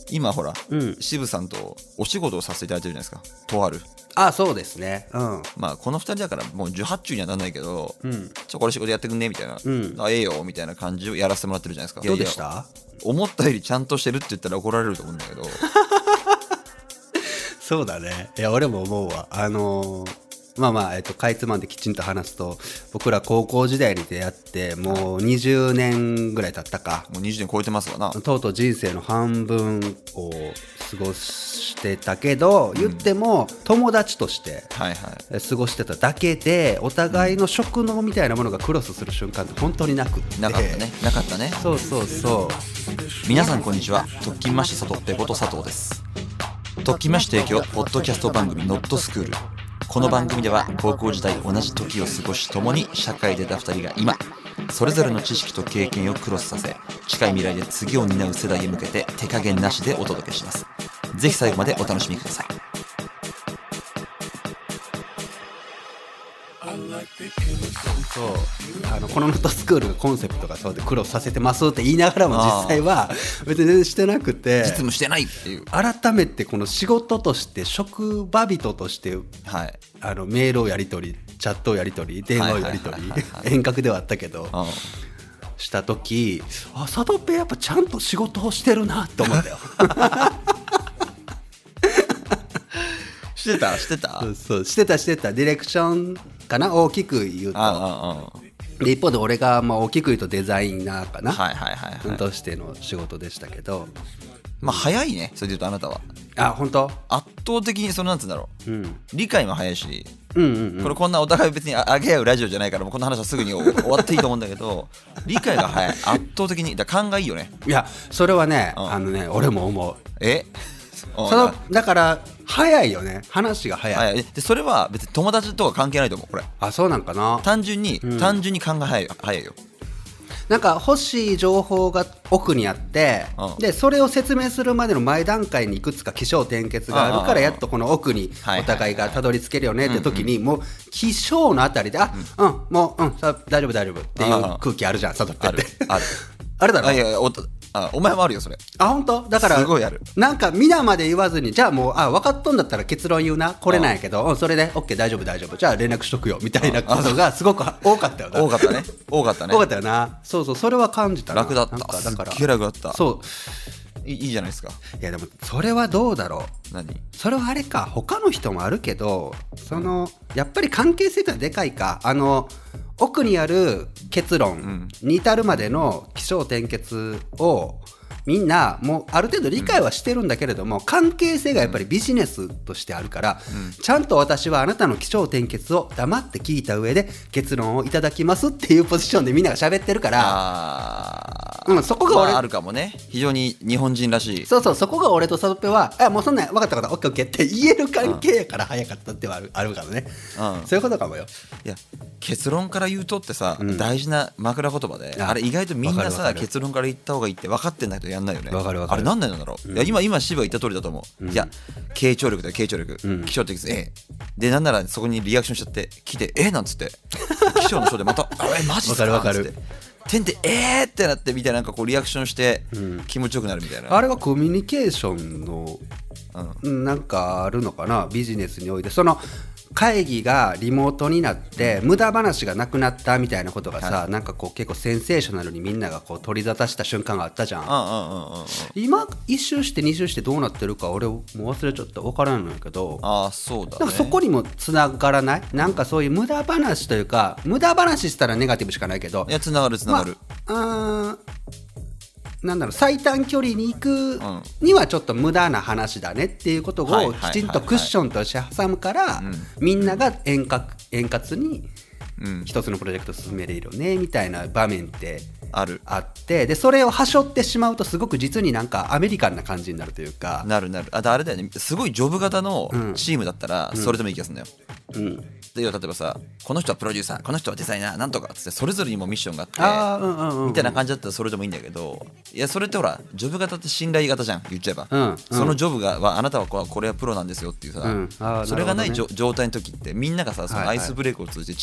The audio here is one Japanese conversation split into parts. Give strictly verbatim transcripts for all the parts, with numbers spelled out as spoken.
今ほら、 うん、 渋さんとお仕事をさせていただいてるじゃないですか。とある。 あ、そうですね。うん。 まあこのふたりだからもうじゅうはっちゅうにはなんないけど、 うん、 ちょこれ仕事やってくんねみたいな、 うん、 あ、ええよみたいな感じをやらせてもらってるじゃないですか。 どうでした？いやいや、 思ったよりちゃんとしてるって言ったら怒られると思うんだけどそうだね。いや俺も思うわ。あのーまあまあ、えっと、かいつまんできちんと話すと、僕ら高校時代に出会ってもうにじゅうねんぐらい経ったか。 もうにじゅうねん超えてますわな。 とうとう人生の半分を過ごしてたけど、言っても友達として過ごしてただけで、お互いの職能みたいなものがクロスする瞬間って本当になくって、 なかったねなかったね。 そうそうそう。 皆さんこんにちは。特勤マッシュ佐藤ペコと佐藤です。特勤マッシュ提供ポッドキャスト番組ノットスクール。この番組では高校時代同じ時を過ごし、共に社会で出たふたりが今それぞれの知識と経験をクロスさせ、近い未来で次を担う世代へ向けて手加減なしでお届けします。ぜひ最後までお楽しみください。 そうあのこのノットスクールのコンセプトがそうでクロスさせてますって言いながらも、実際は別に全然してなくて、 実務してないっていう。 改めてこの仕事として職場人として、はい、あのメールをやり取り、チャットをやり取り、電話をやり取り、遠隔ではあったけどした時、あ、佐藤ペイやっぱちゃんと仕事をしてるなって思ったよしてたしてたそうそうしてたしてたディレクションかな、大きく言うと。あああで一方で俺がまあ大きく言うとデザイナーかな、はいはいはいはい、としての仕事でしたけど、 まあ早いね。それで言うとあなたはあ、本当圧倒的にそのなんつうんだろう、うん、理解も早いし、 うんうんうん、 これこんなお互い別にあげ合うラジオじゃないから、もうこの話はすぐに終わっていいと思うんだけど理解が早い、圧倒的に。だから勘がいいよね。 いやそれはね、うん、あのね俺も思う。 えそのだから早いよね、話が早い。早いでそれは別に友達とか関係ないと思う。これあ、そうなんかな。 単純に、うん、単純に勘が早い、早いよ。 なんか欲しい情報が奥にあって、うん、でそれを説明するまでの前段階にいくつか起承転結があるからやっとこの奥にお互いがたどり着けるよねって時に、もう起承のあたりで、あ、うん、うん、もう、うん、さ大丈夫大丈夫っていう空気あるじゃん、佐藤って。あるあるあれだろ。 あ、いやいや、おあお前もあるよそれ。 あ、本当？だからすごいある。 なんか皆まで言わずに、じゃあもう、あ、分かっとんだったら結論言うな、これなんやけど、うん、それで OK 大丈夫大丈夫、じゃあ連絡しとくよみたいなことがすごく多かったよな。 多かったね多かったね多かったよな。そうそう、それは感じたな。 楽だった。なんかだからすっげえ楽だった。そうい い, いいじゃないですか。 いやでもそれはどうだろう。 何それはあれか、他の人もあるけど、そのやっぱり関係性ってでかいか。あの奥にある結論に至るまでの起承転結をみんなもうある程度理解はしてるんだけれども、関係性がやっぱりビジネスとしてあるから、ちゃんと私はあなたの起承転結を黙って聞いた上で結論をいただきますっていうポジションでみんなが喋ってるから、 あ、 うん、そこが俺、 まあ、あるかもね。非常に日本人らしい。 そうそう、そこが俺とサドペは、あ、もうそんなん分かった分かった、オッケーオッケーって言える関係やから早かったってはある、あるからね、うん、そういうことかもよ。 いや結論から言うとってさ、うん、大事な枕言葉で、あれ意外とみんなさ結論から言った方がいいって分かってんだけどやんないよね。 分かる分かる。 あれ何なんだろう、うん、いや今今渋が言った通りだと思う、うん、いや傾聴力だよ、傾聴力、うん、気象的えで、なんならそこにリアクションしちゃって来てえなんつって気象の人でまたあれマジっすか分かる分かる点でえーってなって、みたいな、なんかこうリアクションして気持ちよくなるみたいな、 うん、あれはコミュニケーションの、うん、なんかあるのかな、ビジネスにおいて。その会議がリモートになって無駄話がなくなったみたいなことがさ、はい、なんかこう結構センセーショナルにみんながこう取り沙汰した瞬間があったじゃん。 うんうんうんうん、 今一周して二周してどうなってるか俺もう忘れちゃった、分からないんだけど、 あ、そうだね、 なんかそこにもつながらない、なんかそういう無駄話というか、無駄話したらネガティブしかないけど、 いやつながるつながる、 まあ、なんだろう、最短距離に行くにはちょっと無駄な話だねっていうことをきちんとクッションとして挟むから、みんなが円滑、円滑に一つのプロジェクトを進めれるよねみたいな場面ってあるあって、でそれをはしょってしまうとすごく実になんかアメリカンな感じになるというか、 なるなる。あとあれだよね、すごいジョブ型のチームだったらそれでもいい気がするんだよ、うんうん、で例えばさ、この人はプロデューサー、この人はデザイナーなんとかっつってそれぞれにもミッションがあって、あ、うんうんうんうん、みたいな感じだったらそれでもいいんだけど、いやそれってほらジョブ型って信頼型じゃん、言っちゃえば、うんうん、そのジョブがはあなたはこれはプロなんですよっていうさ、うん、それがない、ね、状態の時ってみんながさ、そのアイスブレイクを通じてチーム力を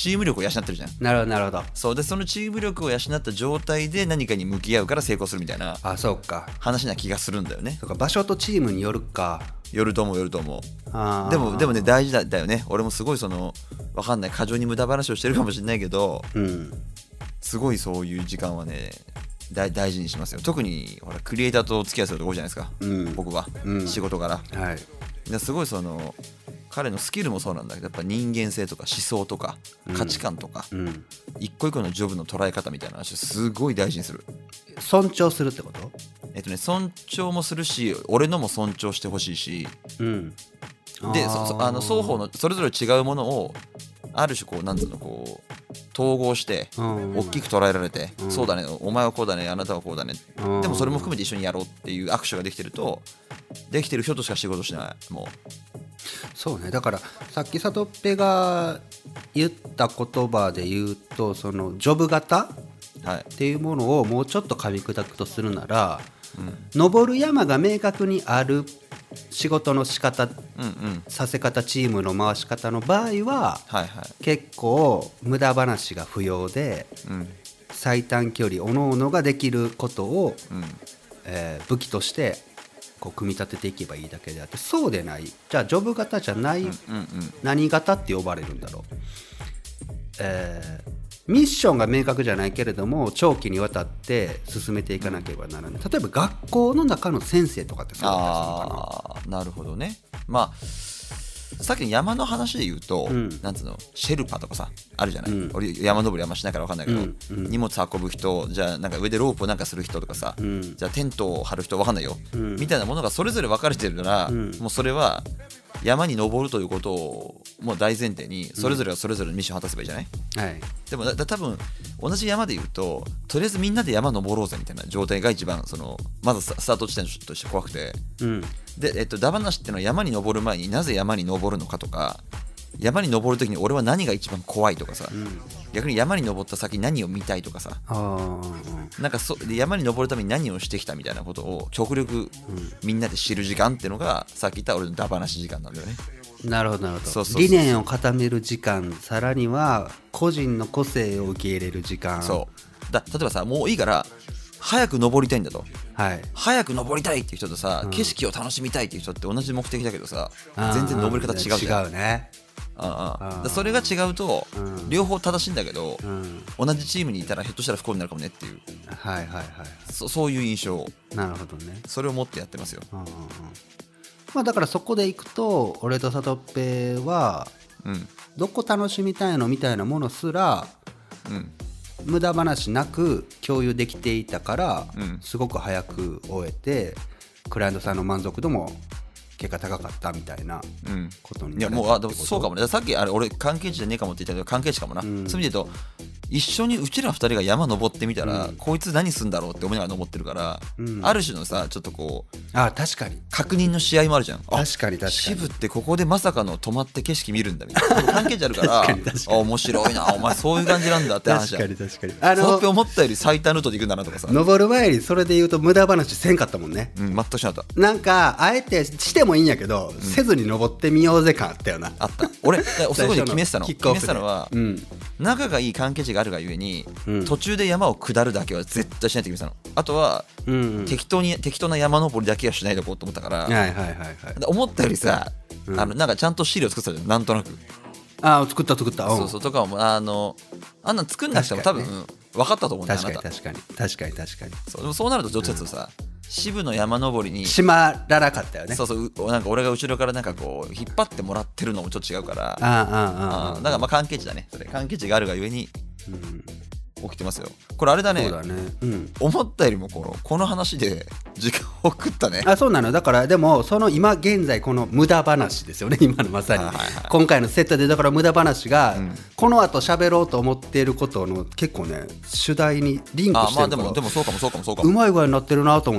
養ってるじゃん。 なるほどなるほど。 そうでそのチーム力を養った状態で何かに向き合うから成功するみたいなあそうか話な気がするんだよね。 そうか場所とチームによるか。 よると思うよると思う。 あでもでもね大事だ、だよね。俺もすごいそのわかんない過剰に無駄話をしてるかもしれないけど、 うん、すごいそういう時間はね大, 大事にしますよ。特にほらクリエイターとお付き合いするところじゃないですか、うん、僕は、うん、仕事柄、はい、ですごいその彼のスキルもそうなんだけどやっぱ人間性とか思想とか価値観とか、うん、一個一個のジョブの捉え方みたいな話をすごい大事にする。 尊重するってこと？ えっとね尊重もするし俺のも尊重してほしいし、うん、でそあの双方のそれぞれ違うものをある種こうなんつうのこう統合して大きく捉えられて、うん、そうだねお前はこうだねあなたはこうだね、うん、でもそれも含めて一緒にやろうっていう握手ができてるとできてる人としか仕事しないもうそうね。だからさっきサトッペが言った言葉で言うとそのジョブ型っていうものをもうちょっと噛み砕くとするなら、うん、登る山が明確にある仕事の仕方、うんうん、させ方チームの回し方の場合は、はいはい、結構無駄話が不要で、うん、最短距離おのおのができることを、うんえー、武器としてこう組み立てていけばいいだけであってそうでないじゃあジョブ型じゃない、うんうんうん、何型って呼ばれるんだろう、えーミッションが明確じゃないけれども長期にわたって進めていかなければならない。例えば学校の中の先生とかってそうだったりするのかな。 なるほどね。まあさっきの山の話で言うと、うん、なんつうのシェルパとかさあるじゃない、うん、俺山登りあんましないから分かんないけど、うんうん、荷物運ぶ人じゃあなんか上でロープをなんかする人とかさ、うん、じゃあテントを張る人分かんないよ、うん、みたいなものがそれぞれ分かれてるなら、うん、もうそれは山に登るということをもう大前提にそれぞれがそれぞれのミッションを果たせばいいじゃない、うんはい、でもだだ多分同じ山で言うととりあえずみんなで山登ろうぜみたいな状態が一番そのまずスタート地点として怖くて、うん、で、えっと、ダバナシっていうのは山に登る前になぜ山に登るのかとか山に登るときに俺は何が一番怖いとかさ、うん、逆に山に登った先に何を見たいとかさあなんかそで山に登るために何をしてきたみたいなことを極力みんなで知る時間っていうのがさっき言った俺のダバナシ時間なんだよね。 なるほどなるほど。そうそうそう理念を固める時間さらには個人の個性を受け入れる時間。 そうだ例えばさもういいから早く登りたいんだと、はい、早く登りたいっていう人とさ、うん、景色を楽しみたいっていう人って同じ目的だけどさ全然登り方違うじゃん。 違うね。 あああそれが違うと、うん、両方正しいんだけど、うん、同じチームにいたらひょっとしたら不幸になるかもねっていう、はいはいはい、そ, そういう印象。 なるほどね。 それを持ってやってますよ。うんうんうんまあ、だからそこでいくと俺とサトッペは、うん、どこ楽しみたいのみたいなものすら、うん、無駄話なく共有できていたから、うん、すごく早く終えてクライアントさんの満足度も結果高かったみたいなことになる、 うん、いやもうあでもそうかもね。さっきあれ俺関係値じゃねえかもって言ったけど関係値かもな、うん、そういう意味で言うと一緒にうちらふたりが山登ってみたら、うん、こいつ何すんだろうって思いながら登ってるから、うん、ある種のさちょっとこうあ確かに確認の試合もあるじゃん。 確かに確かに渋ってここでまさかの止まって景色見るんだみたいな関係値あるからあ面白いなお前そういう感じなんだって話じゃん。 確かに確かにあのそのって思ったより最短ルートで行くんだなとかさ登る前にそれで言うと無駄話せんかったもんね。 うん全くしなかった。 なんかあえてしてもいいんやけど、うん、せずに登ってみようぜ感あったよな。 あった俺そこで決めてたの決めてたのは、うん、仲がいい関係値があるがゆえにうん、途中で山を下るだけは絶対しないと決めたの。あとは、うんうん、適当に適当な山登りだけはしないでおこうと思ったから、はいはいはいはい、思ったよりさ、うん、あのなんかちゃんと資料作ってたじゃんなんとなく。 あ作った作った。 そうそうとかもあのあんなん作んなくても多分、ね、分かったと思うんだよ。 確かに確かに確かに確かに。 そうでもそうなるとどっちかというとさ、うん、渋の山登りにしまらなかったよね。 そうそうなんか俺が後ろからなんかこう引っ張ってもらってるのもちょっと違うから。ああああああだからまあ関係値だね。それ関係値があるがゆえに、うん起きてますよ。これあれだね。 そうだね、うん、 思ったよりもこの、この話で時間を食ったね。 あそうなの。だからでもその今現在この無駄話ですよね今のまさに、はいはいはい、今回のセットでだから無駄話が、うん、この後喋ろうと思っていることの結構ね主題にリンクしてるから。あまあでもでもそうかもそうかもそうかもうまい具合になってるなと思って、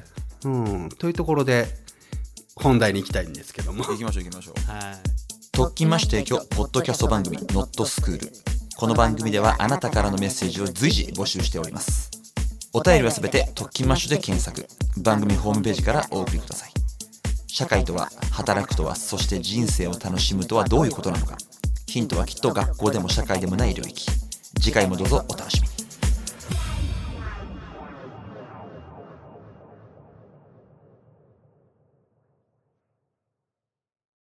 うん、というところで本題に行きたいんですけども行きましょう行きましょう。はい特勤マッシュ提供ポッドキャスト番組ノットスクール。この番組ではあなたからのメッセージを随時募集しております。お便りはすべて特勤マッシュで検索。番組ホームページからお送りください。社会とは、働くとは、そして人生を楽しむとはどういうことなのか。 ヒントはきっと学校でも社会でもない領域。次回もどうぞお楽しみに。